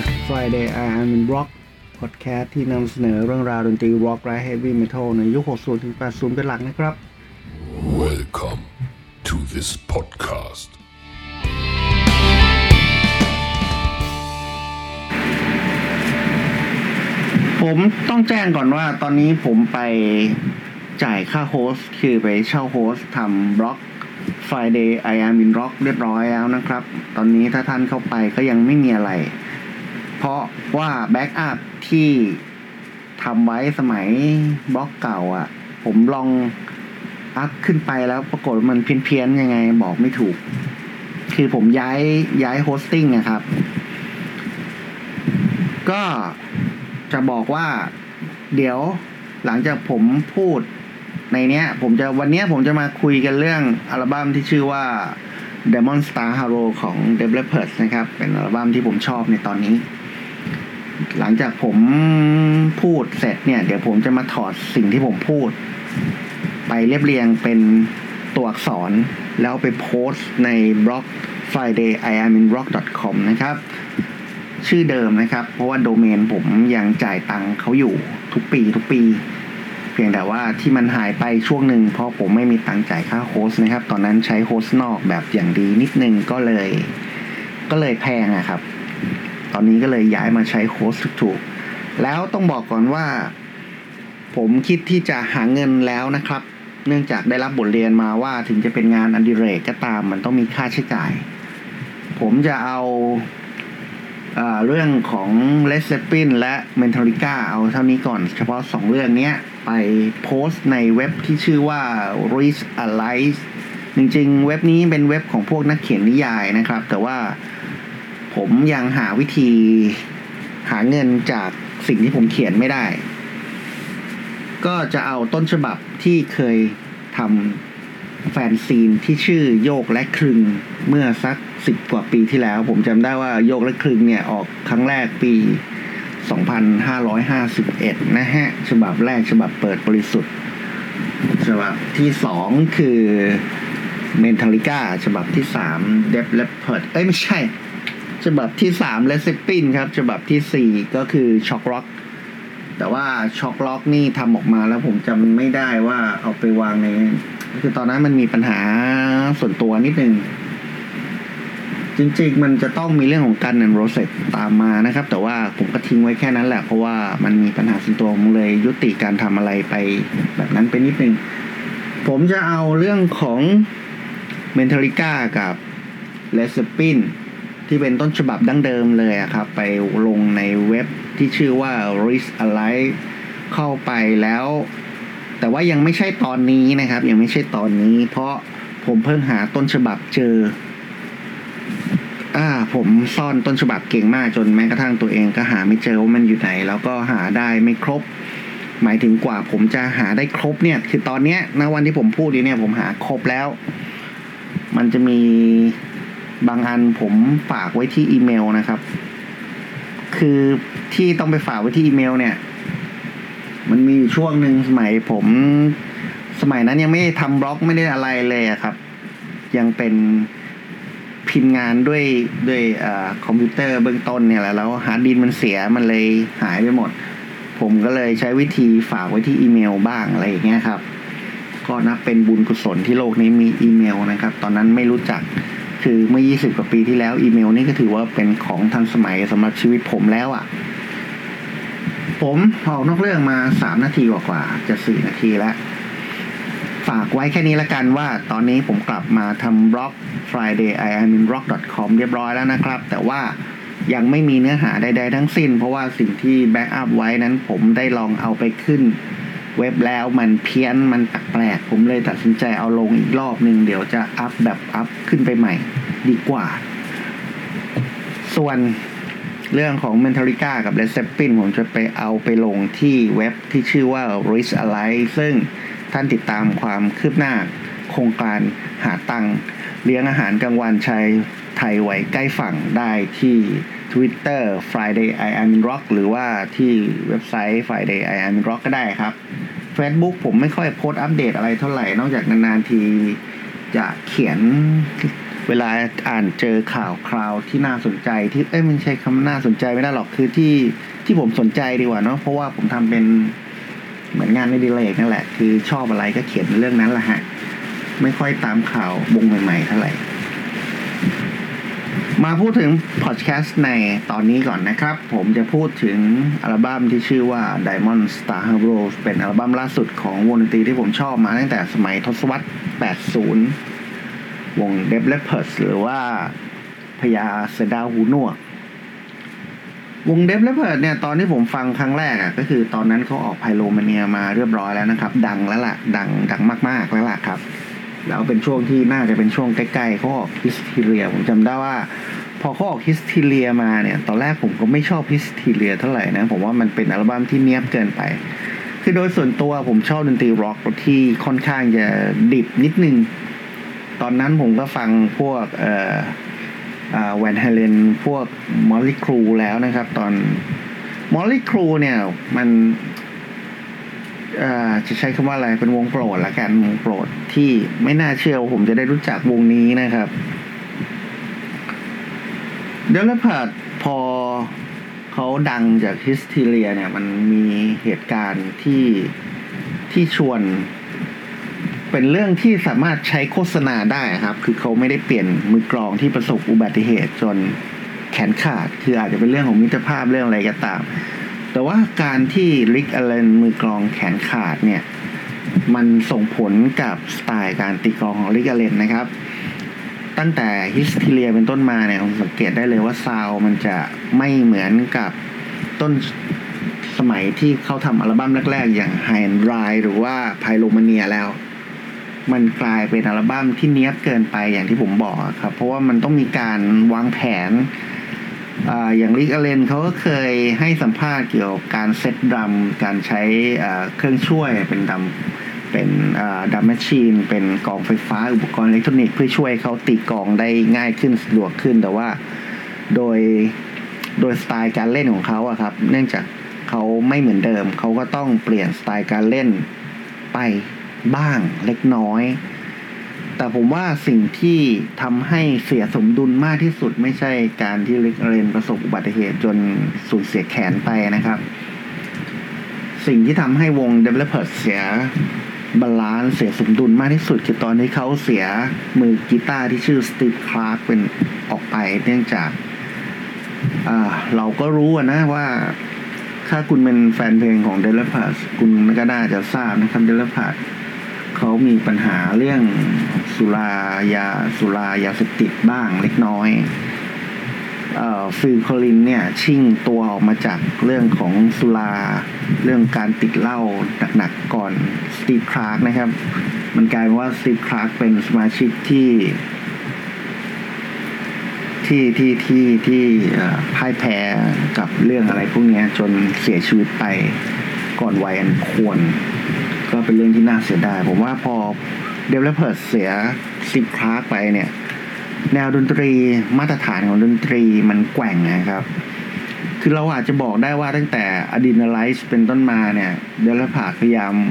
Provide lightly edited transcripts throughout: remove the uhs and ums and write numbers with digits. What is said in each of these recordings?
Friday I Am in Rock พอดแคสต์ที่นำเสนอเรื่องราวดนตรีร็อกและเฮฟวี่เมทัลในยุค 60 ถึง 80 เป็นหลักนะครับ Welcome to this podcast. ผมต้องแจ้งก่อนว่าตอนนี้ผมไปจ่ายค่าโฮสต์คือไปเช่าโฮสต์ทำบล็อก Friday I Am in Rock เรียบร้อยแล้วนะครับตอนนี้ถ้าท่านเข้าไปก็ยังไม่มีอะไรเพราะว่าแบ็กอัพที่ทำไว้สมัยบล็อกเก่าอ่ะผมลองอัพขึ้นไปแล้วปรากฏมันเพี้ยนๆยังไงบอกไม่ถูกคือผมย้ายโฮสติ้งนะครับก็จะบอกว่าเดี๋ยวหลังจากผมพูดในเนี้ยวันเนี้ยผมจะมาคุยกันเรื่องอัลบั้มที่ชื่อว่า Demon Star Hero ของ Def Leppard นะครับเป็นอัลบั้มที่ผมชอบในตอนนี้หลังจากผมพูดเสร็จเนี่ยเดี๋ยวผมจะมาถอดสิ่งที่ผมพูดไปเรียบเรียงเป็นตัวอักษรแล้วไปโพสต์ในบล็อก fridayiaminrock.com นะครับชื่อเดิมนะครับเพราะว่าโดเมนผมยังจ่ายตังค์เขาอยู่ทุกปีเพียงแต่ว่าที่มันหายไปช่วงหนึ่งเพราะผมไม่มีตังค์จ่ายค่าโฮสต์นะครับตอนนั้นใช้โฮสต์นอกแบบอย่างดีนิดนึงก็เลยแพงอะครับตอนนี้ก็เลยย้ายมาใช้โฮสต์ถูกๆแล้วต้องบอกก่อนว่าผมคิดที่จะหาเงินแล้วนะครับเนื่องจากได้รับบทเรียนมาว่าถึงจะเป็นงานอดิเรกก็ตามมันต้องมีค่าใช้จ่ายผมจะเอาเรื่องของ Led Zeppelin และ Metallica เอาเท่านี้ก่อนเฉพาะ2เรื่องนี้ไปโพสต์ในเว็บที่ชื่อว่า Reach Alive จริงๆเว็บนี้เป็นเว็บของพวกนักเขียนนิยายนะครับแต่ว่าผมยังหาวิธีหาเงินจากสิ่งที่ผมเขียนไม่ได้ก็จะเอาต้นฉบับที่เคยทำแฟนซีนที่ชื่อโยกและคลึงเมื่อสัก10กว่าปีที่แล้วผมจำได้ว่าโยกและคลึงเนี่ยออกครั้งแรกปี2551นะฮะฉบับแรกฉบับเปิดบริสุทธิ์ฉบับที่2คือ Metallica ฉบับที่3 Def Leppard ไม่ใช่ฉบับที่3 Led Zeppelin ครับฉบับที่4ก็คือ Shock Rock แต่ว่า Shock Rock นี่ทำออกมาแล้วผมจำไม่ได้ว่าเอาไปวางในคือตอนนั้นมันมีปัญหาส่วนตัวนิดนึงจริงๆมันจะต้องมีเรื่องของGuns N' Rosesตามมานะครับแต่ว่าผมก็ทิ้งไว้แค่นั้นแหละเพราะว่ามันมีปัญหาส่วนตัวผมเลยยุติการทำอะไรไปแบบนั้นไปนิดนึงผมจะเอาเรื่องของ Metallica กับ Led Zeppelin ที่เป็นต้นฉบับดั้งเดิมเลยครับไปลงในเว็บที่ชื่อว่า Reach Alive เข้าไปแล้วแต่ว่ายังไม่ใช่ตอนนี้นะครับยังไม่ใช่ตอนนี้เพราะผมเพิ่งหาต้นฉบับเจอผมซ่อนต้นฉบับเก่งมากจนแม้กระทั่งตัวเองก็หาไม่เจอว่ามันอยู่ไหนแล้วก็หาได้ไม่ครบหมายถึงกว่าผมจะหาได้ครบเนี่ยคือตอนเนี้ยณวันที่ผมพูดอยู่เนี่ยผมหาครบแล้วมันจะมีบางอันผมฝากไว้ที่อีเมลนะครับคือที่ต้องไปฝากไว้ที่อีเมลเนี่ยมันมีช่วงหนึ่งสมัยนั้นยังไม่ได้ทำบล็อกไม่ได้อะไรเลยครับยังเป็นพิมพ์งานด้วยคอมพิวเตอร์เบื้องต้นเนี่ยแหละแล้วฮาร์ดดิสก์มันเสียมันเลยหายไปหมดผมก็เลยใช้วิธีฝากไว้ที่อีเมลบ้างอะไรอย่างเงี้ยครับก็นับเป็นบุญกุศลที่โลกนี้มีอีเมลนะครับตอนนั้นไม่รู้จักคือเมื่อ20กว่าปีที่แล้วอีเมลนี่ก็ถือว่าเป็นของทันสมัยสำหรับชีวิตผมแล้วผมออกนอกเรื่องมา3นาทีกว่าจะ4นาทีแล้วฝากไว้แค่นี้ละกันว่าตอนนี้ผมกลับมาทำบล็อก fridayiaminrock.com เรียบร้อยแล้วนะครับแต่ว่ายังไม่มีเนื้อหาใดๆทั้งสิ้นเพราะว่าสิ่งที่แบ็กอัพไว้นั้นผมได้ลองเอาไปขึ้นเว็บแล้วมันเพี้ยนมันแปลกๆผมเลยตัดสินใจเอาลงอีกรอบนึงเดี๋ยวจะอัพแบบอัพขึ้นไปใหม่ดีกว่าส่วนเรื่องของ Metallica กับ Led Zeppelin ผมจะเอาไปลงที่เว็บที่ชื่อว่า Reach Alive ซึ่งท่านติดตามความคืบหน้าโครงการหาตังค์เลี้ยงอาหารกลางวันชายไทยไว้ใกล้ฝั่งได้ที่ Twitter fridayiaminrock หรือว่าที่เว็บไซต์ fridayiaminrock ก็ได้ครับ Facebook ผมไม่ค่อยโพสต์อัปเดตอะไรเท่าไหร่นอกจากนานๆทีจะเขียนเวลาอ่านเจอข่าวคราวที่น่าสนใจที่มันใช้คำน่าสนใจไม่ได้หรอกคือที่ผมสนใจดีกว่าเนาะเพราะว่าผมทำเป็นเหมือนงานในดิเลกนั่นแหละคือชอบอะไรก็เขียนเรื่องนั้นแหละฮะไม่ค่อยตามข่าววงใหม่ๆเท่าไหร่มาพูดถึงพอดแคสต์ในตอนนี้ก่อนนะครับผมจะพูดถึงอัลบั้มที่ชื่อว่า Diamond Star Heroes เป็นอัลบั้มล่าสุดของวงดนตรีที่ผมชอบมาตั้งแต่สมัยทศวรรษ 80 วง Def Leppard หรือว่าพญาเสือดาวหูหนวกวง Def Leppard เนี่ยตอนที่ผมฟังครั้งแรกก็คือตอนนั้นเขาออกไพโรมาเนียมาเรียบร้อยแล้วนะครับดังแล้วล่ะดังมากๆแล้วล่ะครับแล้วเป็นช่วงที่น่าจะเป็นช่วงใกล้ๆเขาออกฮิสทีเรียผมจำได้ว่าพอเขาออกฮิสทีเรียมาเนี่ยตอนแรกผมก็ไม่ชอบฮิสทีเรียเท่าไหร่นะผมว่ามันเป็นอัลบั้มที่เนียบเกินไปคือโดยส่วนตัวผมชอบดนตรีร็อกที่ค่อนข้างจะดิบนิดนึงตอนนั้นผมก็ฟังพวกแวนเฮเลนพวกมอลลี่ครูแล้วนะครับตอนมอลลี่ครูเนี่ยมันจะใช้คำว่าอะไรเป็นวงโปรดละกันวงโปรดที่ไม่น่าเชื่อว่าผมจะได้รู้จักวงนี้นะครับเดลพาร์ดพอเขาดังจากฮิสทีเรียเนี่ยมันมีเหตุการณ์ที่ชวนเป็นเรื่องที่สามารถใช้โฆษณาได้ครับคือเขาไม่ได้เปลี่ยนมือกลองที่ประสบอุบัติเหตุจนแขนขาดคืออาจจะเป็นเรื่องของมิตรภาพเรื่องอะไรก็ตามแต่ว่าการที่ริกอเลนมือกลองแขนขาดเนี่ยมันส่งผลกับสไตล์การตีกลองของริกอเลนนะครับตั้งแต่ฮิสทีเรียเป็นต้นมาเนี่ยผมสังเกตได้เลยว่าซาวด์มันจะไม่เหมือนกับต้นสมัยที่เขาทำอัลบั้มแรกๆอย่าง High and Dry หรือว่า Pyromania แล้วมันกลายเป็นอัลบั้มที่เนียบเกินไปอย่างที่ผมบอกครับเพราะว่ามันต้องมีการวางแผนอย่างริกอเลนเขาก็เคยให้สัมภาษณ์เกี่ยวกับการเซตดรัมการใช้เครื่องช่วยเป็นดรัมแมชชีนเป็นกลองไฟฟ้าอุปกรณ์อิเล็กทรอนิกส์เพื่อช่วยเขาตีกลองได้ง่ายขึ้นสะดวกขึ้นแต่ว่าโดยสไตล์การเล่นของเขาครับเนื่องจากเขาไม่เหมือนเดิมเขาก็ต้องเปลี่ยนสไตล์การเล่นไปบ้างเล็กน้อยแต่ผมว่าสิ่งที่ทำให้เสียสมดุลมากที่สุดไม่ใช่การที่ริกอเลนประสบอุบัติเหตุจนสูญเสียแขนไปนะครับสิ่งที่ทำให้วง Def Leppard เสียบาลานซ์เสียสมดุลมากที่สุดคือตอนที่เขาเสียมือกีตาร์ที่ชื่อสตีฟ คลาร์กเป็นออกไปเนื่องจากเราก็รู้นะว่าถ้าคุณเป็นแฟนเพลงของ Def Leppard คุณก็น่าจะทราบนะครับ Def Leppardเขามีปัญหาเรื่องสุรายาเสพติดบ้างเล็กน้อยฟิล คอลลินเนี่ยชิ่งตัวออกมาจากเรื่องของสุราเรื่องการติดเหล้าหนักๆก่อนสตีฟ คลาร์กนะครับมันกลายเป็นว่าสตีฟ คลาร์กเป็นสมาชิกที่พ่ายแพ้กับเรื่องอะไรพวกนี้จนเสียชีวิตไปก่อนวัยอันควรก็เป็นเรื่องที่น่าเสียดายผมว่าพอเดฟเลปเพิร์ดเสียสตีฟ คลาร์กไปเนี่ยแนวดนตรีมาตรฐานของดนตรีมันแกว่งนะครับคือเราอาจจะบอกได้ว่าตั้งแต่ Adrenalize เป็นต้นมาเนี่ยเดฟเลปเพิร์ดพยายาม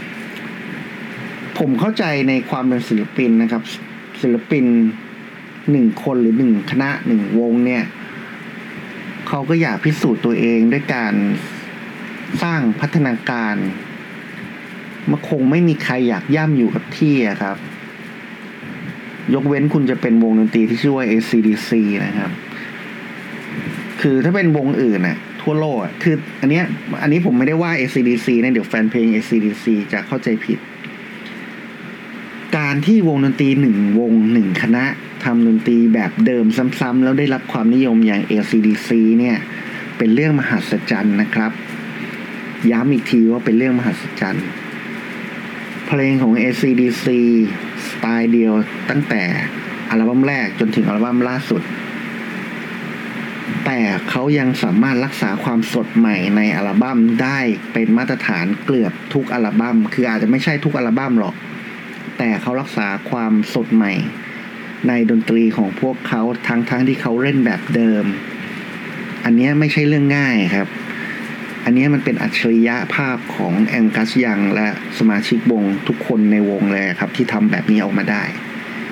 ผมเข้าใจในความเป็นศิลปินนะครับศิลปิน1คนหรือ1คณะ1วงเนี่ยเขาก็อยากพิสูจน์ตัวเองด้วยการสร้างพัฒนาการมันคงไม่มีใครอยากย่ำอยู่กับที่ครับยกเว้นคุณจะเป็นวงดนตรีที่ชื่อว่า AC/DC นะครับคือถ้าเป็นวงอื่นทั่วโลกคืออันนี้ผมไม่ได้ว่า AC/DC นะเดี๋ยวแฟนเพลง AC/DC จะเข้าใจผิดการที่วงดนตรี1วง1คณะทำดนตรีแบบเดิมซ้ำๆแล้วได้รับความนิยมอย่าง AC/DC เนี่ยเป็นเรื่องมหัศจรรย์นะครับย้ำอีกทีว่าเป็นเรื่องมหัศจรรย์เพลงของ AC/DC สไตล์เดียวตั้งแต่อัลบั้มแรกจนถึงอัลบั้มล่าสุดแต่เขายังสามารถรักษาความสดใหม่ในอัลบั้มได้เป็นมาตรฐานเกือบทุกอัลบั้มคืออาจจะไม่ใช่ทุกอัลบั้มหรอกแต่เขารักษาความสดใหม่ในดนตรีของพวกเขาทั้งที่เขาเล่นแบบเดิมอันนี้ไม่ใช่เรื่องง่ายครับอันนี้มันเป็นอัจฉริยะภาพของแองกัสยังและสมาชิกวงทุกคนในวงเลยครับที่ทำแบบนี้ออกมาได้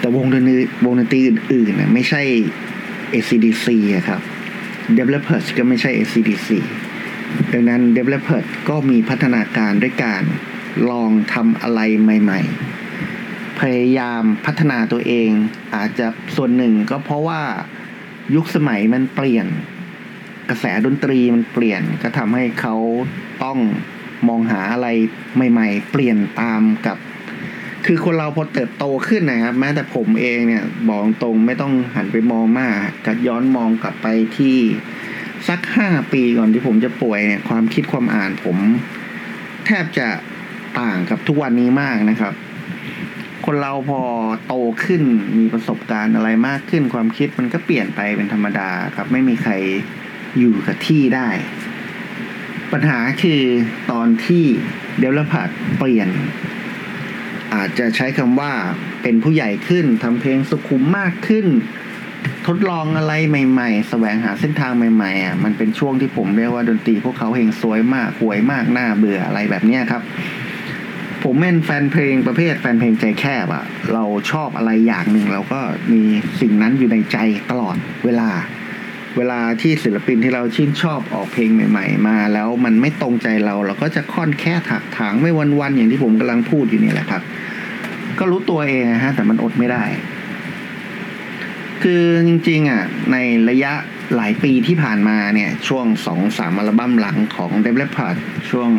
แต่วงดนตรีอื่นๆนะไม่ใช่ AC/DC อะครับ Developers ก็ไม่ใช่ AC/DC ดังนั้น Developers ก็มีพัฒนาการด้วยการลองทำอะไรใหม่ๆพยายามพัฒนาตัวเองอาจจะส่วนหนึ่งก็เพราะว่ายุคสมัยมันเปลี่ยนกระแสดนตรีมันเปลี่ยนก็ทำให้เขาต้องมองหาอะไรใหม่ๆเปลี่ยนตามกับคือคนเราพอเติบโตขึ้นนะครับแม้แต่ผมเองเนี่ยบอกตรงไม่ต้องหันไปมองมากก็ย้อนมองกลับไปที่สัก5 ปีก่อนที่ผมจะป่วยเนี่ยความคิดความอ่านผมแทบจะต่างกับทุกวันนี้มากนะครับคนเราพอโตขึ้นมีประสบการณ์อะไรมากขึ้นความคิดมันก็เปลี่ยนไปเป็นธรรมดาครับไม่มีใครอยู่กับที่ได้ปัญหาคือตอนที่ developer เปลี่ยนอาจจะใช้คำว่าเป็นผู้ใหญ่ขึ้นทำเพลงสุขุมมากขึ้นทดลองอะไรใหม่ๆแสวงหาเส้นทางใหม่ๆมันเป็นช่วงที่ผมเรียกว่าดนตรีพวกเขาเฮงซวยมากห่วยมากน่าเบื่ออะไรแบบนี้ครับผมเป็นแฟนเพลงประเภทแฟนเพลงใจแคบเราชอบอะไรอย่างหนึ่งเราก็มีสิ่งนั้นอยู่ในใจตลอดเวลาที่ศิลปินที่เราชื่นชอบออกเพลงใหม่ๆมาแล้วมันไม่ตรงใจเราก็จะค่อนแค่ถักถางไม่วันๆอย่างที่ผมกำลังพูดอยู่นี่แหละครับก็รู้ตัวเองแต่มันอดไม่ได้คือจริงๆในระยะหลายปีที่ผ่านมาเนี่ยช่วง 2-3 อัลบั้มหลังของ Def Leppard ช่วง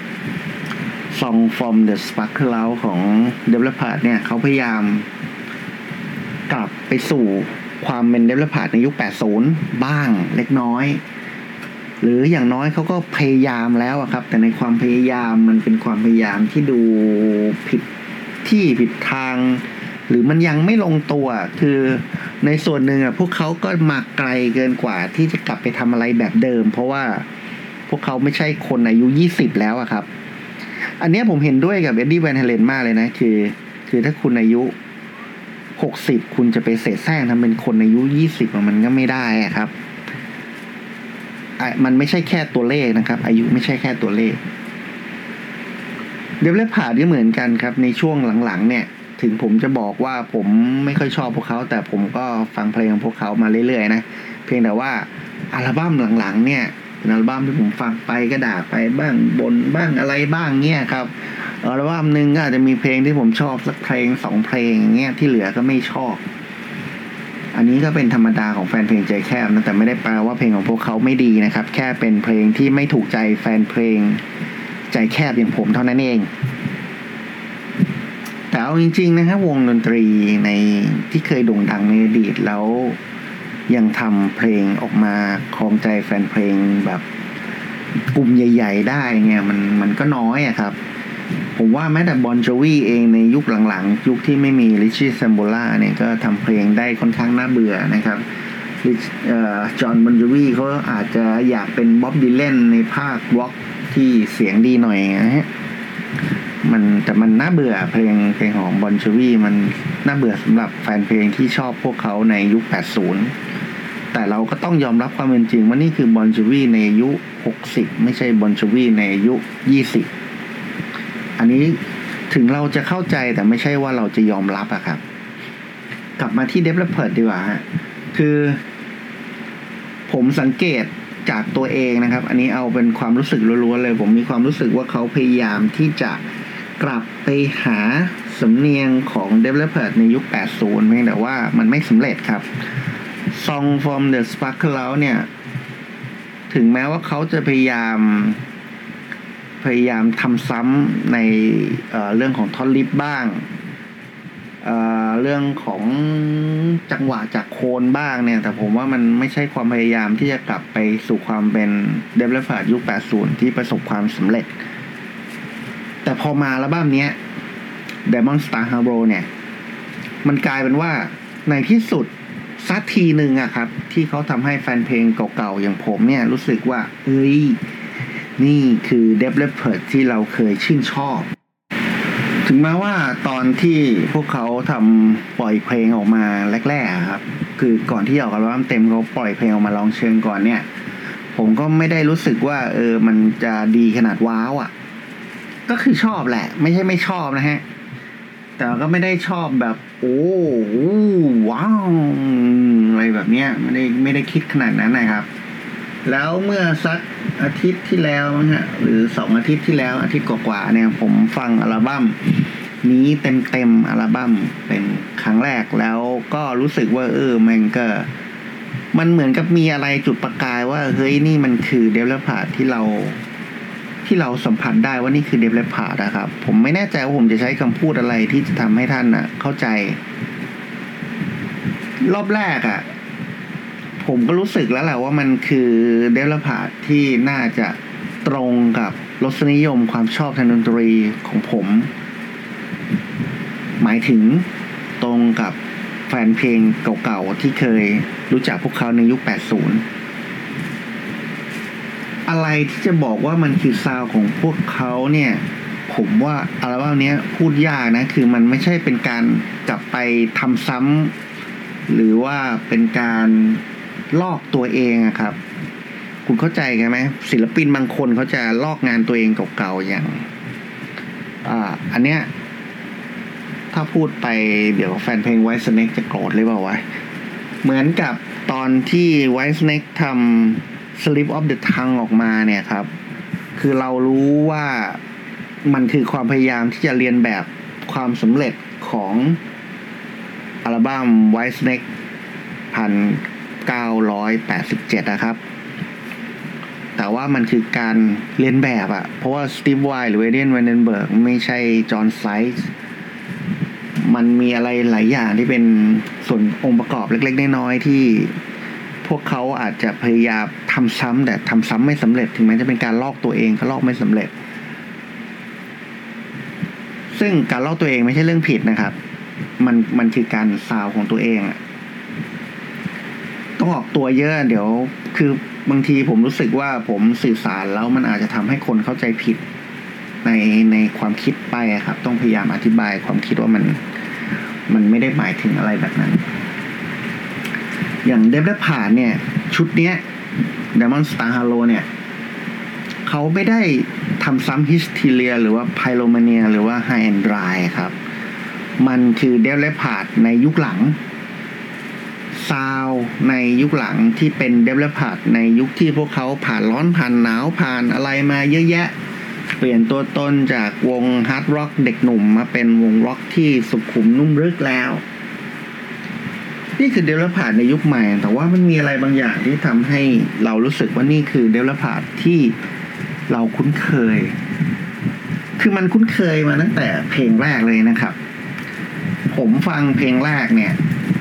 Song from the Sparkle ของ Def Leppard เนี่ยเขาพยายามกลับไปสู่ความเป็น Def Leppard ในยุค 80 บ้างเล็กน้อยหรืออย่างน้อยเขาก็พยายามแล้วครับแต่ในความพยายามมันเป็นความพยายามที่ดูผิดที่ผิดทางหรือมันยังไม่ลงตัวคือในส่วนหนึ่งพวกเขาก็มาไกลเกินกว่าที่จะกลับไปทำอะไรแบบเดิมเพราะว่าพวกเขาไม่ใช่คนอายุ20แล้วครับอันนี้ผมเห็นด้วยกับเอ็ดดี้แวนเฮเลนมากเลยนะคือถ้าคุณอายุ60คุณจะไปเสแสร้งทำเป็นคนอายุ20มันก็ไม่ได้ครับมันไม่ใช่แค่ตัวเลขนะครับอายุไม่ใช่แค่ตัวเลขเดฟเลพาร์ดก็เหมือนกันครับในช่วงหลังๆเนี่ยถึงผมจะบอกว่าผมไม่ค่อยชอบพวกเขาแต่ผมก็ฟังเพลงของพวกเขามาเรื่อยๆนะเพียงแต่ว่าอัลบั้มหลังๆเนี่ยเป็นอัลบั้มที่ผมฟังไปก็ด่าไปบ้างบ่นบ้างอะไรบ้างเนี่ยครับอัลบั้มนึงก็อาจจะมีเพลงที่ผมชอบสักเพลง2เพลงเงี้ยที่เหลือก็ไม่ชอบอันนี้ก็เป็นธรรมดาของแฟนเพลงใจแคบนะแต่ไม่ได้แปลว่าเพลงของพวกเขาไม่ดีนะครับแค่เป็นเพลงที่ไม่ถูกใจแฟนเพลงใจแคบอย่างผมเท่านั้นเองแต่เอาจริงๆนะครับวงดนตรีในที่เคยโด่งดังในอดีตแล้วยังทำเพลงออกมาครองใจแฟนเพลงแบบกลุ่มใหญ่ๆได้เนี่ยมันก็น้อยครับผมว่าแม้แต่บอนโจวีเองในยุคหลังๆยุคที่ไม่มีริชชี่แซมโบล่าเนี่ยก็ทำเพลงได้ค่อนข้างน่าเบื่อนะครับจอห์นบอนโจวีเขาอาจจะอยากเป็นบ๊อบดีแลนในภาคร็อกที่เสียงดีหน่อยนะฮะแต่มันน่าเบื่อเพลงของบอนโจวีมันน่าเบื่อสำหรับแฟนเพลงที่ชอบพวกเขาในยุค80แต่เราก็ต้องยอมรับความเป็นจริงว่านี่คือบอนโจวีในอายุ60ไม่ใช่บอนโจวีในอายุ20อันนี้ถึงเราจะเข้าใจแต่ไม่ใช่ว่าเราจะยอมรับครับกลับมาที่ Def Leppard ดีกว่าคือผมสังเกตจากตัวเองนะครับอันนี้เอาเป็นความรู้สึกล้วนๆเลยผมมีความรู้สึกว่าเขาพยายามที่จะกลับไปหาสำเนียงของ Def Leppard ในยุค80เพียงแต่ว่ามันไม่สำเร็จครับ Song from the Sparkle เนี่ยถึงแม้ว่าเขาจะพยายามทำซ้ำในเรื่องของท่อนลิฟบ้างเรื่องของจังหวะจากโคนบ้างเนี่ยแต่ผมว่ามันไม่ใช่ความพยายามที่จะกลับไปสู่ความเป็น Def Leppard ยุค80ที่ประสบความสำเร็จแต่พอมาอัลบั้มนี้ Diamond Star Harbor เนี่ยมันกลายเป็นว่าในที่สุดสักทีนึงครับที่เขาทำให้แฟนเพลงเก่าๆอย่างผมเนี่ยรู้สึกว่านี่คือ Def Leppard ที่เราเคยชื่นชอบถึงแม้ว่าตอนที่พวกเขาปล่อยเพลงออกมาแรกๆครับคือก่อนที่ออกอัลบั้มเต็มเขาปล่อยเพลงออกมาลองเชิงก่อนเนี่ยผมก็ไม่ได้รู้สึกว่ามันจะดีขนาดว้าวก็คือชอบแหละไม่ใช่ไม่ชอบนะฮะแต่ก็ไม่ได้ชอบแบบโอ้ว้าวอะไรแบบเนี้ยไม่ได้คิดขนาดนั้นนะครับแล้วเมื่อสักอาทิตย์ที่แล้วนะฮะหรือ2 อาทิตย์ที่แล้วอาทิตย์กว่าๆเนี่ยผมฟังอัลบั้มนี้เต็มอัลบั้มเป็นครั้งแรกแล้วก็รู้สึกว่ามันเหมือนกับมีอะไรจุดประกายว่าเฮ้ยนี่มันคือเดฟเลพาร์ทที่เราสัมผัสได้ว่านี่คือเดฟเลพาร์ทนะครับผมไม่แน่ใจว่าผมจะใช้คำพูดอะไรที่จะทำให้ท่านเข้าใจรอบแรกผมก็รู้สึกแล้วแหละว่ามันคือเดฟเลพาร์ทที่น่าจะตรงกับรสนิยมความชอบทางดนตรีของผมหมายถึงตรงกับแฟนเพลงเก่าๆที่เคยรู้จักพวกเขาในยุค 80 อะไรที่จะบอกว่ามันคือซาวด์ของพวกเขาเนี่ยผมว่าอัลบั้มนี้พูดยากนะคือมันไม่ใช่เป็นการกลับไปทำซ้ำหรือว่าเป็นการลอกตัวเองครับคุณเข้าใจกันไหมศิลปินบางคนเขาจะลอกงานตัวเองเก่าๆอย่างอันเนี้ยถ้าพูดไปเดี๋ยวแฟนเพลง White Snake จะโกรธเลยเปล่าวะเหมือนกับตอนที่ White Snake ทำ Slip of the Tongue ออกมาเนี่ยครับคือเรารู้ว่ามันคือความพยายามที่จะเรียนแบบความสำเร็จของอัลบั้ม White Snake 1987นะครับแต่ว่ามันคือการเรียนแบบเพราะว่าสตีฟไวน์หรือเอเดียน แวนเดนเบิร์กไม่ใช่จอห์นไซส์มันมีอะไรหลายอย่างที่เป็นส่วนองค์ประกอบเล็กๆน้อยๆที่พวกเขาอาจจะพยายามทำซ้ำแต่ทำซ้ำไม่สำเร็จถึงแม้จะเป็นการลอกตัวเองก็ลอกไม่สำเร็จซึ่งการลอกตัวเองไม่ใช่เรื่องผิดนะครับมันคือการซาวของตัวเองต้องออกตัวเยอะเดี๋ยวคือบางทีผมรู้สึกว่าผมสื่อสารแล้วมันอาจจะทำให้คนเข้าใจผิดในความคิดไปครับต้องพยายามอธิบายความคิดว่ามันไม่ได้หมายถึงอะไรแบบนั้นอย่างเดฟเลพาร์ทเนี่ยชุดเนี้ย Diamond Star Halo เนี่ยเขาไม่ได้ทำซ้ำ Hysteria หรือว่า Pyromania หรือว่า High and Dry ครับมันคือเดฟเลพาร์ทในยุคหลังซาวในยุคหลังที่เป็นเดฟเลพาร์ทในยุคที่พวกเขาผ่านร้อนผ่านหนาวผ่านอะไรมาเยอะแยะเปลี่ยนตัวตนจากวงฮาร์ดร็อกเด็กหนุ่มมาเป็นวงร็อกที่สุขุมนุ่มลึกแล้วนี่คือเดฟเลพาร์ทในยุคใหม่แต่ว่ามันมีอะไรบางอย่างที่ทำให้เรารู้สึกว่านี่คือเดฟเลพาร์ทที่เราคุ้นเคยคือมันคุ้นเคยมาตั้งแต่เพลงแรกเลยนะครับผมฟังเพลงแรกเนี่ย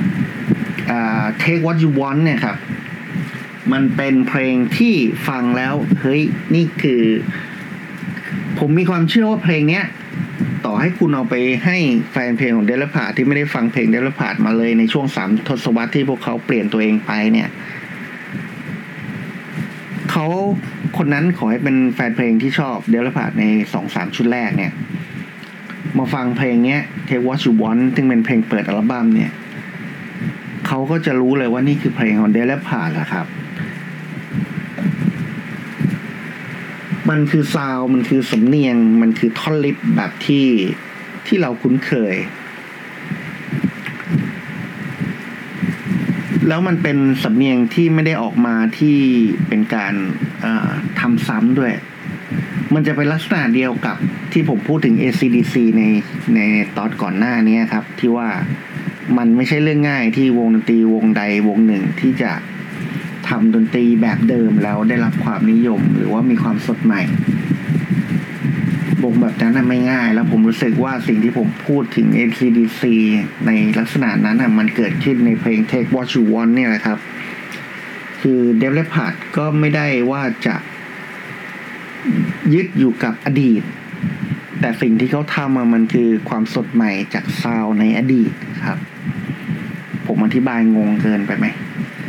Take What You Want เนี่ยครับมันเป็นเพลงที่ฟังแล้วเฮ้ยนี่คือผมมีความเชื่อว่าเพลงเนี้ยต่อให้คุณเอาไปให้แฟนเพลงของเดลพาร์ทที่ไม่ได้ฟังเพลงเดลพาร์ทมาเลยในช่วง3 ทศวรรษที่พวกเขาเปลี่ยนตัวเองไปเนี่ยเขาคนนั้นขอให้เป็นแฟนเพลงที่ชอบเดลพาร์ทใน 2-3 ชุดแรกเนี่ยมาฟังเพลงเนี้ย Take What You Want ซึ่งเป็นเพลงเปิดอัลบั้มเนี่ยเขาก็จะรู้เลยว่านี่คือเพลงของเดลพาร์ทครับมันคือซาวด์มันคือสำเนียงมันคือท่อนลิปแบบที่เราคุ้นเคยแล้วมันเป็นสำเนียงที่ไม่ได้ออกมาที่เป็นการทำซ้ำด้วยมันจะเป็นลักษณะเดียวกับที่ผมพูดถึง AC/DC ในตอนก่อนหน้านี้ครับที่ว่ามันไม่ใช่เรื่องง่ายที่วงดนตรีวงใดวงหนึ่งที่จะทำดนตรีแบบเดิมแล้วได้รับความนิยมหรือว่ามีความสดใหม่วงแบบนั้นไม่ง่ายแล้วผมรู้สึกว่าสิ่งที่ผมพูดถึง AC/DC ในลักษณะนั้นมันเกิดขึ้นในเพลง Take What You Want เนี่ยแหละครับคือเดฟเลพาร์ทก็ไม่ได้ว่าจะยึดอยู่กับอดีตแต่สิ่งที่เขาทำมันคือความสดใหม่จากซาวด์ในอดีตครับผมอธิบายงงเกินไปไหม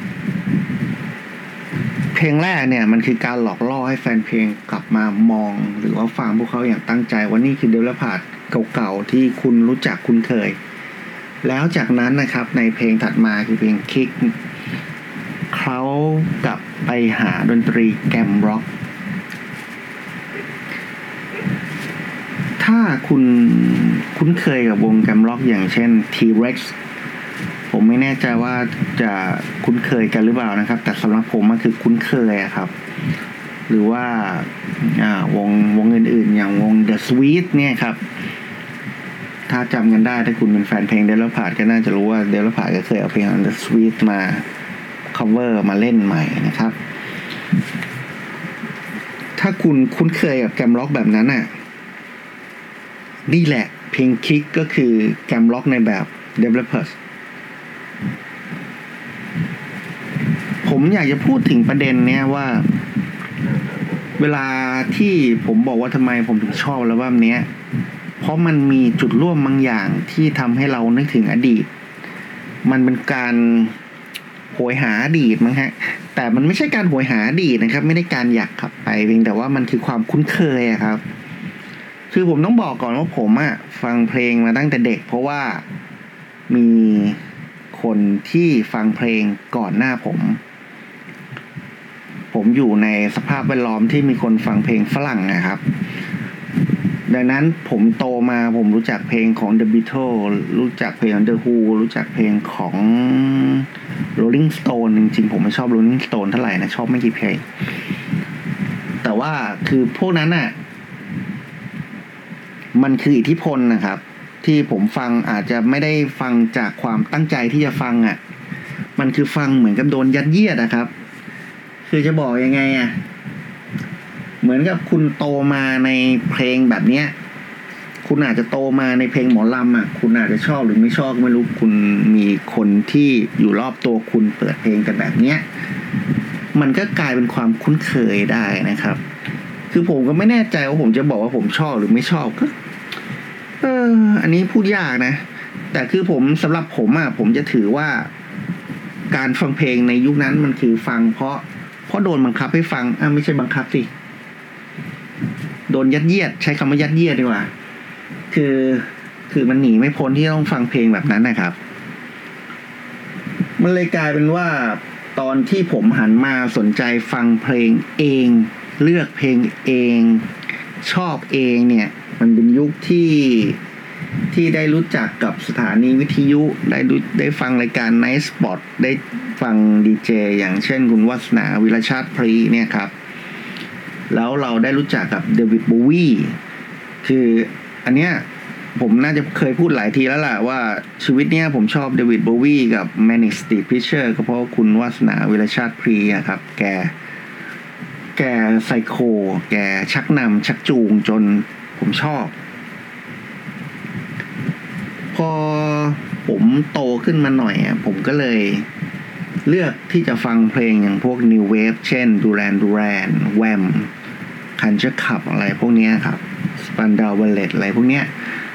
เพลงแรกเนี่ยมันคือการหลอกล่อให้แฟนเพลงกลับมามองหรือว่าฟังพวกเขาอย่างตั้งใจว่านี่คือเดลพาร์ทเก่าๆที่คุณรู้จักคุ้นเคยแล้วจากนั้นนะครับในเพลงถัดมาคือเพลงคิกเขากลับไปหาดนตรีแกมร็อกทถ้าคุณคุ้นเคยกับวงแกรมร็อกอย่างเช่น T-Rex ผมไม่แน่ใจว่าจะคุ้นเคยกันหรือเปล่านะครับ แต่สำหรับผมมันคือคุ้นเคยครับ หรือว่าวงอื่นๆอย่างวง The Sweet เนี่ยครับถ้าจำกันได้ถ้าคุณเป็นแฟนเพลง Def Leppard ก็น่าจะรู้ว่า Def Leppard ก็เคยเอาเพลง The Sweet มา cover มาเล่นใหม่นะครับถ้าคุณคุ้นเคยกับแกรมร็อกแบบนั้นน่ะนี่แหละเพลงคิกก็คือแกรมร็อกในแบบ Def Leppard ผมอยากจะพูดถึงประเด็นเนี้ยว่าเวลาที่ผมบอกว่าทำไมผมถึงชอบอัลบั้มเนี้ยเพราะมันมีจุดร่วมบางอย่างที่ทำให้เรานึกถึงอดีตมันเป็นการโหยหาอดีตมั้งฮะแต่มันไม่ใช่การโหยหาอดีตนะครับไม่ได้การอยากกลับไปเพียงแต่ว่ามันคือความคุ้นเคยอะครับคือผมต้องบอกก่อนว่าผมอะฟังเพลงมาตั้งแต่เด็กเพราะว่ามีคนที่ฟังเพลงก่อนหน้าผมอยู่ในสภาพแวดล้อมที่มีคนฟังเพลงฝรั่งนะครับดังนั้นผมโตมาผมรู้จักเพลงของ The Beatles รู้จักเพลงของ The Who รู้จักเพลงของ Rolling Stone จริงๆผมไม่ชอบ Rolling Stone เท่าไหร่นะชอบไม่กี่เพลงแต่ว่าคือพวกนั้นน่ะมันคืออิทธิพลนะครับที่ผมฟังอาจจะไม่ได้ฟังจากความตั้งใจที่จะฟังอ่ะมันคือฟังเหมือนกับโดนยัดเยียดนะครับคือจะบอกยังไงอ่ะเหมือนกับคุณโตมาในเพลงแบบเนี้ยคุณอาจจะโตมาในเพลงหมอลำอ่ะคุณอาจจะชอบหรือไม่ชอบไม่รู้คุณมีคนที่อยู่รอบตัวคุณเปิดเพลงกันแบบเนี้ยมันก็กลายเป็นความคุ้นเคยได้นะครับคือผมก็ไม่แน่ใจว่าผมจะบอกว่าผมชอบหรือไม่ชอบก็อันนี้พูดยากนะแต่คือผมสำหรับผมอ่ะผมจะถือว่าการฟังเพลงในยุคนั้นมันคือฟังเพราะโดนบังคับให้ฟังไม่ใช่บังคับสิโดนยัดเยียดใช้คำว่ายัดเยียดดีกว่าคือมันหนีไม่พ้นที่ต้องฟังเพลงแบบนั้นนะครับมันเลยกลายเป็นว่าตอนที่ผมหันมาสนใจฟังเพลงเองเลือกเพลงเองชอบเองเนี่ยมันเป็นยุคที่ได้รู้จักกับสถานีวิทยุได้ฟังรายการ Night Spot ได้ฟังดีเจอย่างเช่นคุณวัฒนาวิรชาติพรีเนี่ยครับแล้วเราได้รู้จักกับเดวิดโบวีคืออันเนี้ยผมน่าจะเคยพูดหลายทีแล้วล่ะว่าชีวิตเนี้ยผมชอบเดวิดโบวีกับ Manic Street Preacher ก็เพราะคุณวัฒนาวิรชาติพรีอะครับแกไซโคแกชักนำชักจูงจนผมชอบพอผมโตขึ้นมาหน่อยผมก็เลยเลือกที่จะฟังเพลงอย่างพวก New Wave เช่น Duran Duran Wham Culture Club อะไรพวกนี้ครับ Spandau Ballet อะไรพวกเนี้ย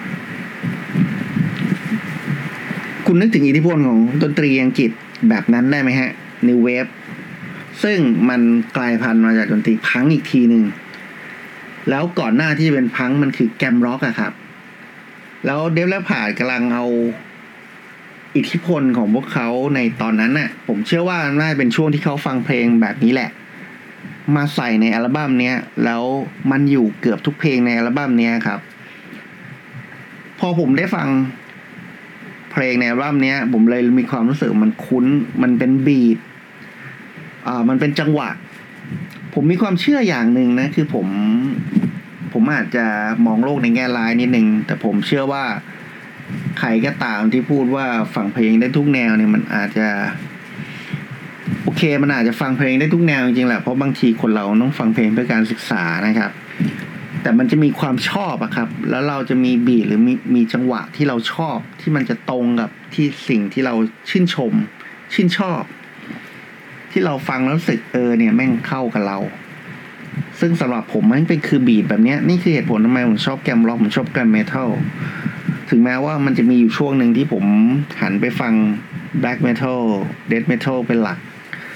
คุณนึกถึงอิทธิพลของดนตรีอังกฤษแบบนั้นได้ไหมฮะ New Wave ซึ่งมันกลายพันธุ์มาจากดนตรีพังอีกทีนึงแล้วก่อนหน้าที่จะเป็นพังมันคือแกรมร็อกอะครับแล้วเดฟและผ่ากำลังเอาอิทธิพลของพวกเขาในตอนนั้นน่ะผมเชื่อว่าน่าจะเป็นช่วงที่เขาฟังเพลงแบบนี้แหละมาใส่ในอัลบั้มเนี้ยแล้วมันอยู่เกือบทุกเพลงในอัลบั้มเนี้ยครับพอผมได้ฟังเพลงในอัลบั้มเนี้ยผมเลยมีความรู้สึกมันคุ้นมันเป็นบีทมันเป็นจังหวะผมมีความเชื่ออย่างหนึ่งนะคือผมอาจจะมองโลกในแง่ร้ายนิดนึงแต่ผมเชื่อว่าใครก็ตามที่พูดว่าฟังเพลงได้ทุกแนวเนี่ยมันอาจจะโอเคมันอาจจะฟังเพลงได้ทุกแนวจริงๆแหละเพราะบางทีคนเราต้องฟังเพลงเพื่อการศึกษานะครับแต่มันจะมีความชอบอะครับแล้วเราจะมีบีทหรือมีจังหวะที่เราชอบที่มันจะตรงกับที่สิ่งที่เราชื่นชมชื่นชอบที่เราฟังแล้วรู้สึกเนี่ยแม่งเข้ากับเราซึ่งสำหรับผมมันเป็นคือบีทแบบนี้นี่คือเหตุผลทำไมผมชอบแกรมร็อกผมชอบแกรมเมทัลถึงแม้ว่ามันจะมีอยู่ช่วงหนึ่งที่ผมหันไปฟังแบล็กเมทัลเดธเมทัลเป็นหลัก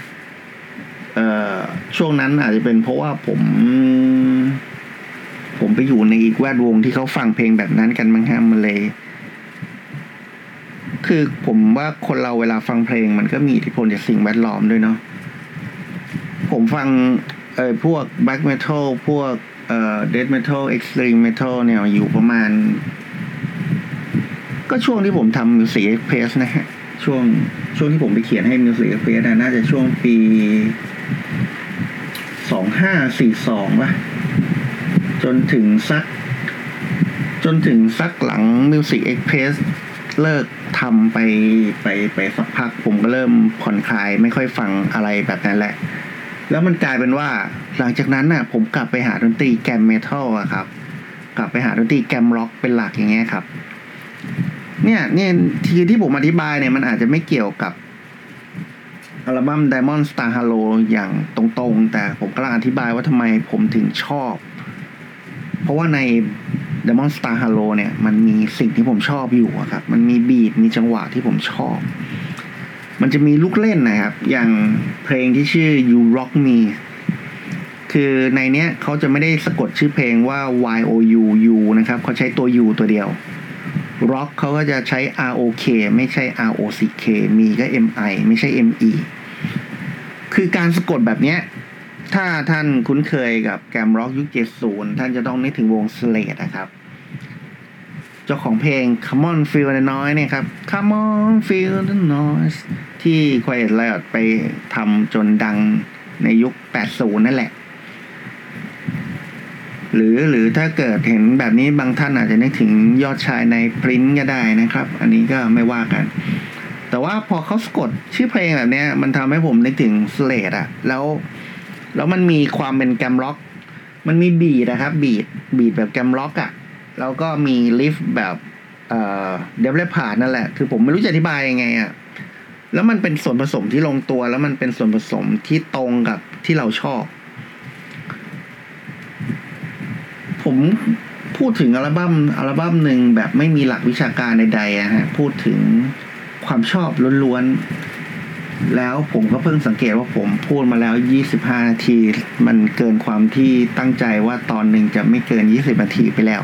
ช่วงนั้นอาจจะเป็นเพราะว่าผมไปอยู่ในอีกแวดวงที่เขาฟังเพลงแบบนั้นกันมั้งฮะมันเลยคือผมว่าคนเราเวลาฟังเพลงมันก็มีอิทธิพลจากสิ่งแวดล้อมด้วยเนาะผมฟังพวกแบล็กเมทัลพวก Death Metal Extreme Metal เนี่ยอยู่ประมาณก็ช่วงที่ผมทำ Music Express นะฮะช่วงที่ผมไปเขียนให้ Music Express น่าจะช่วงปี2542ป่ะจนถึงสักหลัง Music Express เลิกทำไปสักพักผมก็เริ่มผ่อนคลายไม่ค่อยฟังอะไรแบบนั้นแหละแล้วมันกลายเป็นว่าหลังจากนั้นน่ะผมกลับไปหาดนตรีแกรมเมทัลอะครับกลับไปหาดนตรีแกรมร็อกเป็นหลักอย่างเงี้ยครับเนี่ยที่ผมอธิบายเนี่ยมันอาจจะไม่เกี่ยวกับอัลบั้ม Diamond Star Halo อย่างตรงๆแต่ผมกำลังอธิบายว่าทำไมผมถึงชอบเพราะว่าใน Diamond Star Halo เนี่ยมันมีสิ่งที่ผมชอบอยู่อะครับมันมีบีทมีจังหวะที่ผมชอบมันจะมีลูกเล่นนะครับอย่างเพลงที่ชื่อ You Rock Me คือในเนี้ยเขาจะไม่ได้สะกดชื่อเพลงว่า Y O U U นะครับเขาใช้ตัว U ตัวเดียว Rock เขาก็จะใช้ R O K ไม่ใช่ R O C K มีก็ M I ไม่ใช่ M E คือการสะกดแบบเนี้ยถ้าท่านคุ้นเคยกับแกรมร็อกยุค 70 ท่านจะต้องนึกถึงวง Slade นะครับเจ้าของเพลง Come on Feel the Noise เนี่ยครับ Come on Feel the Noise ที่ Quiet Riot ไปทำจนดังในยุค 80 นั่นแหละหรือถ้าเกิดเห็นแบบนี้บางท่านอาจจะนึกถึงยอดชายใน Prince ก็ได้นะครับอันนี้ก็ไม่ว่ากันแต่ว่าพอเขาสะกดชื่อเพลงแบบนี้มันทำให้ผมนึกถึง Slade อะแล้วมันมีความเป็นแกรมร็อกมันมีบีทนะครับบีทแบบแกรมร็อกอะแล้วก็มีลิฟแบบเดฟเลพาร์ดนั่นแหละคือผมไม่รู้จะอธิบายยังไงอะแล้วมันเป็นส่วนผสมที่ลงตัวแล้วมันเป็นส่วนผสมที่ตรงกับที่เราชอบผมพูดถึงอัลบั้มหนึ่งแบบไม่มีหลักวิชาการใดๆอะฮะพูดถึงความชอบล้วนๆแล้วผมก็เพิ่งสังเกตว่าผมพูดมาแล้ว25 นาทีมันเกินความที่ตั้งใจว่าตอนหนึ่งจะไม่เกิน20 นาทีไปแล้ว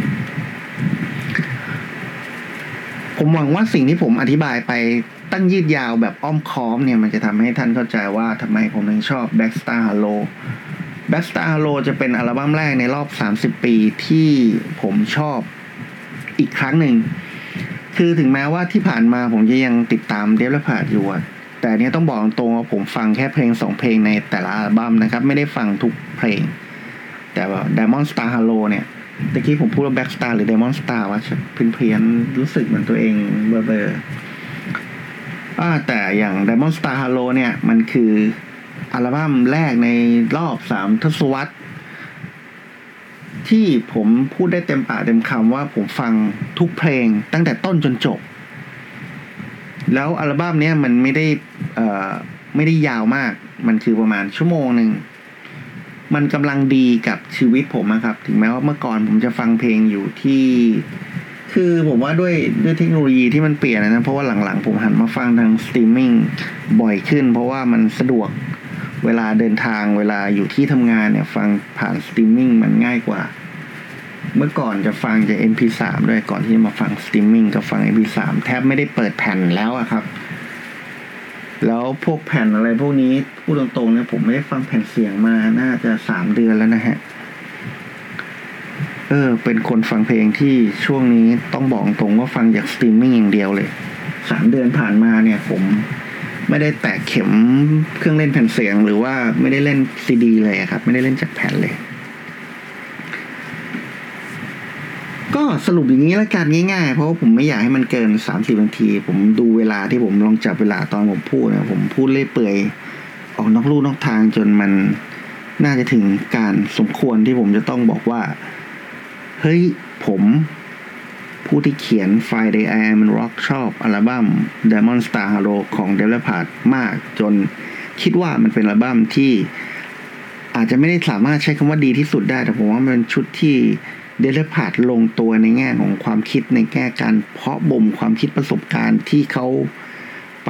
ผมหวังว่าสิ่งที่ผมอธิบายไปตั้งยืดยาวแบบอ้อมค้อมเนี่ยมันจะทำให้ท่านเข้าใจว่าทำไมผมถึงชอบ Black Star Halo Black Star Halo จะเป็นอัลบั้มแรกในรอบ30 ปีที่ผมชอบอีกครั้งหนึ่งคือถึงแม้ว่าที่ผ่านมาผมจะยังติดตาม Def Leppard อยู่แต่เนี้ยต้องบอกตรงว่าผมฟังแค่เพลง2เพลงในแต่ละอัลบั้มนะครับไม่ได้ฟังทุกเพลงแต่ว่า Diamond Star Halo เนี่ยตะกี้ผมพูดว่า Black Star หรือ Diamond Star ว่าเพี้ยนรู้สึกเหมือนตัวเองเบอร์แต่อย่าง Diamond Star Halo เนี่ยมันคืออัลบั้มแรกในรอบ3 ทศวรรษที่ผมพูดได้เต็มปากเต็มคำว่าผมฟังทุกเพลงตั้งแต่ต้นจนจบแล้วอัลบั้มนี้มันไม่ได้ยาวมากมันคือประมาณชั่วโมงนึงมันกำลังดีกับชีวิตผมนะครับถึงแม้ว่าเมื่อก่อนผมจะฟังเพลงอยู่ที่คือผมว่าด้วยเทคโนโลยีที่มันเปลี่ยนนะเพราะว่าหลังๆผมหันมาฟังทางสตรีมมิ่งบ่อยขึ้นเพราะว่ามันสะดวกเวลาเดินทางเวลาอยู่ที่ทำงานเนี่ยฟังผ่านสตรีมมิ่งมันง่ายกว่าเมื่อก่อนจะฟังจาก MP3 ด้วยก่อนที่จะมาฟังสตรีมมิ่งก็ฟัง MP3 แทบไม่ได้เปิดแผ่นแล้วอะครับแล้วพวกแผ่นอะไรพวกนี้พูดตรงๆเนี่ยผมไม่ได้ฟังแผ่นเสียงมาน่าจะ3 เดือนแล้วนะฮะเป็นคนฟังเพลงที่ช่วงนี้ต้องบอกตรงว่าฟังจากสตรีมมิ่งอย่างเดียวเลย3 เดือนผ่านมาเนี่ยผมไม่ได้แตะเข็มเครื่องเล่นแผ่นเสียงหรือว่าไม่ได้เล่นซีดีเลยครับไม่ได้เล่นจากแผ่นเลยก็สรุปอย่างนี้แล้วกันง่ายๆเพราะว่าผมไม่อยากให้มันเกิน30 นาทีผมดูเวลาที่ผมลองจับเวลาตอนผมพูดนะผมพูดเล่อยเปื่อยออกนอกลู่นอกทางจนมันน่าจะถึงการสมควรที่ผมจะต้องบอกว่าเฮ้ยผมผู้ที่เขียน Friday I Am Rock ชอบอัลบั้ม Diamond Star Halo ของ Def Leppard มากจนคิดว่ามันเป็นอัลบั้มที่อาจจะไม่ได้สามารถใช้คำว่าดีที่สุดได้แต่ผมว่ามันเป็นชุดที่ Def Leppard ลงตัวในแง่ของความคิดในแง่การเพาะบ่มความคิดประสบการณ์ที่เขาไป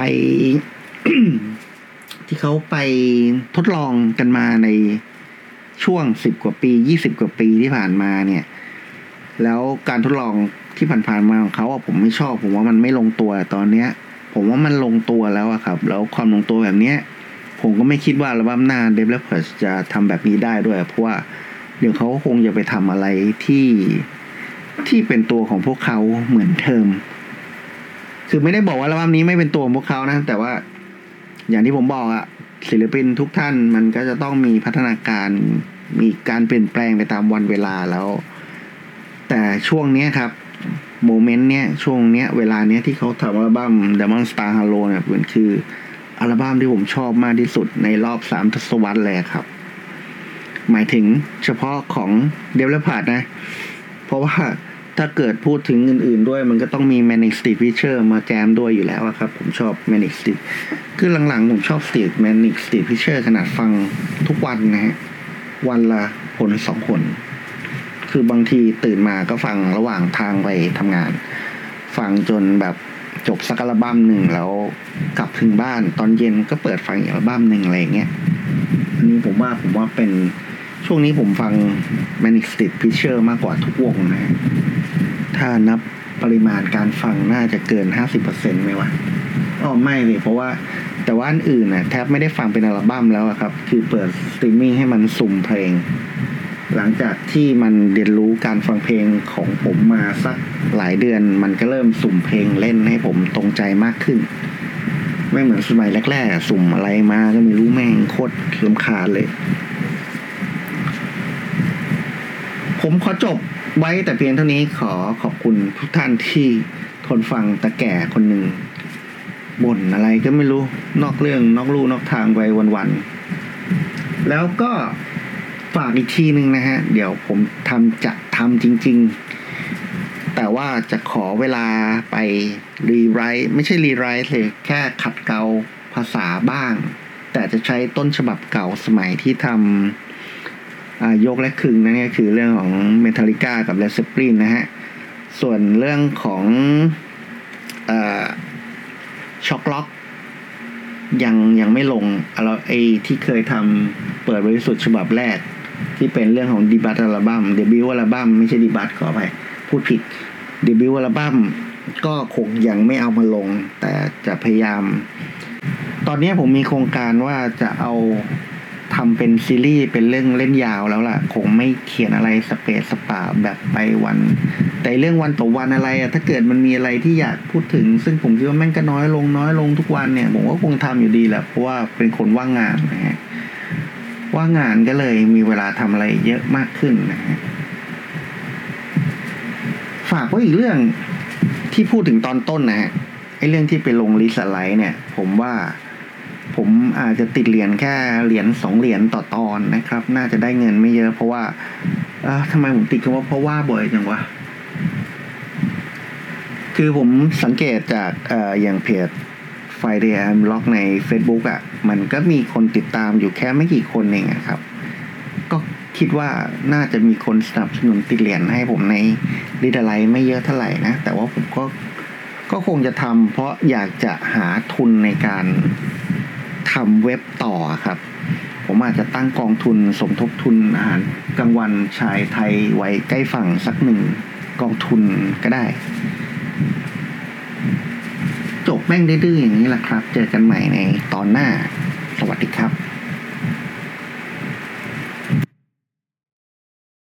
ที่เขาไปทดลองกันมาในช่วง10 กว่าปี20 กว่าปีที่ผ่านมาเนี่ยแล้วการทดลองที่ผ่านๆมาของเขาผมไม่ชอบผมว่ามันไม่ลงตัวตอนเนี้ยผมว่ามันลงตัวแล้วอะครับแล้วความลงตัวแบบเนี้ยผมก็ไม่คิดว่าอัลบั้มหน้า Def Leppard จะทำแบบนี้ได้ด้วยเพราะว่าเดี๋ยวเขาคงจะไปทำอะไรที่เป็นตัวของพวกเขาเหมือนเดิมคือไม่ได้บอกว่าอัลบั้มนี้ไม่เป็นตัวของพวกเขานะแต่ว่าอย่างที่ผมบอกอะศิลปินทุกท่านมันก็จะต้องมีพัฒนาการมีการเปลี่ยนแปลงไปตามวันเวลาแล้วแต่ช่วงนี้ครับโมเมนต์เนี้ยช่วงเนี้ยเวลาเนี้ยที่เขาทำอัลบั้ม Diamond Star Halo เนี่ยมันคืออัลบั้มที่ผมชอบมากที่สุดในรอบ3 ทศวรรษเลยครับหมายถึงเฉพาะของ Developer นะเพราะว่าถ้าเกิดพูดถึงอื่นๆด้วยมันก็ต้องมี Manic Street Preacher มาแจมด้วยอยู่แล้วครับผมชอบ Manic Street คือหลังๆผมชอบ Manic Street Preacher ขนาดฟังทุกวันนะฮะวันละคน2 คนคือบางทีตื่นมาก็ฟังระหว่างทางไปทำงานฟังจนแบบจบสักอัลบั้มหนึ่งแล้วกลับถึงบ้านตอนเย็นก็เปิดฟังอีกอัลบั้มหนึ่งอะไรเงี้ยอันนี้ผมว่าเป็นช่วงนี้ผมฟัง Manic Street Preacher มากกว่าทุกวงนะถ้านับปริมาณการฟังน่าจะเกิน 50% ไหมวะไม่เลยเพราะว่าแต่ว่าอันอื่นนะแทบไม่ได้ฟังเป็นอัลบั้มแล้วครับคือเปิดสตรีมมิ่งให้มันสุ่มเพลงหลังจากที่มันเรียนรู้การฟังเพลงของผมมาสักหลายเดือนมันก็เริ่มสุ่มเพลงเล่นให้ผมตรงใจมากขึ้นไม่เหมือนสมัยแรกๆสุ่มอะไรมาก็ไม่รู้แม่งโคตรรำคาญเลยผมขอจบไว้แต่เพียงเท่านี้ขอขอบคุณทุกท่านที่ทนฟังตาแก่คนหนึ่งบ่นอะไรก็ไม่รู้นอกเรื่องนอกลู่นอกทางไปวันๆแล้วก็ฝากอีกทีนึงนะฮะเดี๋ยวผมจะทำจริงๆแต่ว่าจะขอเวลาไปรีไรต์ไม่ใช่รีไรต์เลยแค่ขัดเกลาภาษาบ้างแต่จะใช้ต้นฉบับเก่าสมัยที่ทำยกและคึงนั่นก็คือเรื่องของ Metallica กับ Led Zeppelin นะฮะส่วนเรื่องของช็อกล็อกยังไม่ลงที่เคยทำเปิดบริสุทธิ์ฉบับแรกที่เป็นเรื่องของดีบัตอัลบั้มเดบิวต์อัลบั้มไม่ใช่ดีบัตขอไปพูดผิดเดบิวต์อัลบั้มก็คงยังไม่เอามาลงแต่จะพยายามตอนนี้ผมมีโครงการว่าจะเอาทำเป็นซีรีส์เป็นเรื่องเล่นยาวแล้วล่ะคงไม่เขียนอะไรสเปซสปาแบบไปวันแต่เรื่องวันต่อวันอะไรถ้าเกิดมันมีอะไรที่อยากพูดถึงซึ่งผมคิดว่าแม่งก็น้อยลงทุกวันเนี่ยผมก็คงทำอยู่ดีแหละเพราะว่าเป็นคนว่างงานนะฮะว่างงานก็เลยมีเวลาทำอะไรเยอะมากขึ้นนะฮะฝากไว้อีกเรื่องที่พูดถึงตอนต้นนะฮะไอ้เรื่องที่ไปลงลิสต์ไลท์เนี่ยผมว่าผมอาจจะติดเหรียญแค่เหรียญ2 เหรียญต่อตอนนะครับน่าจะได้เงินไม่เยอะเพราะว่าทำไมผมติดคำว่าเพราะว่าบ่อยจังวะคือผมสังเกตจากอย่างเพจ Friday I'm Rock ใน Facebook มันก็มีคนติดตามอยู่แค่ไม่กี่คนเองครับก็คิดว่าน่าจะมีคนสนับสนุนติดเหรียญให้ผมในลิสต์ไลท์ไม่เยอะเท่าไหร่นะแต่ว่าผมก็คงจะทำเพราะอยากจะหาทุนในการทำเว็บต่อครับผมอาจจะตั้งกองทุนสมทบทุนอาหารกลางวันชายไทยไว้ใกล้ฝั่งสัก1 กองทุนก็ได้จบแม่งดื้อๆอย่างนี้แหละครับเจอกันใหม่ในตอนหน้าสวัสดีครับ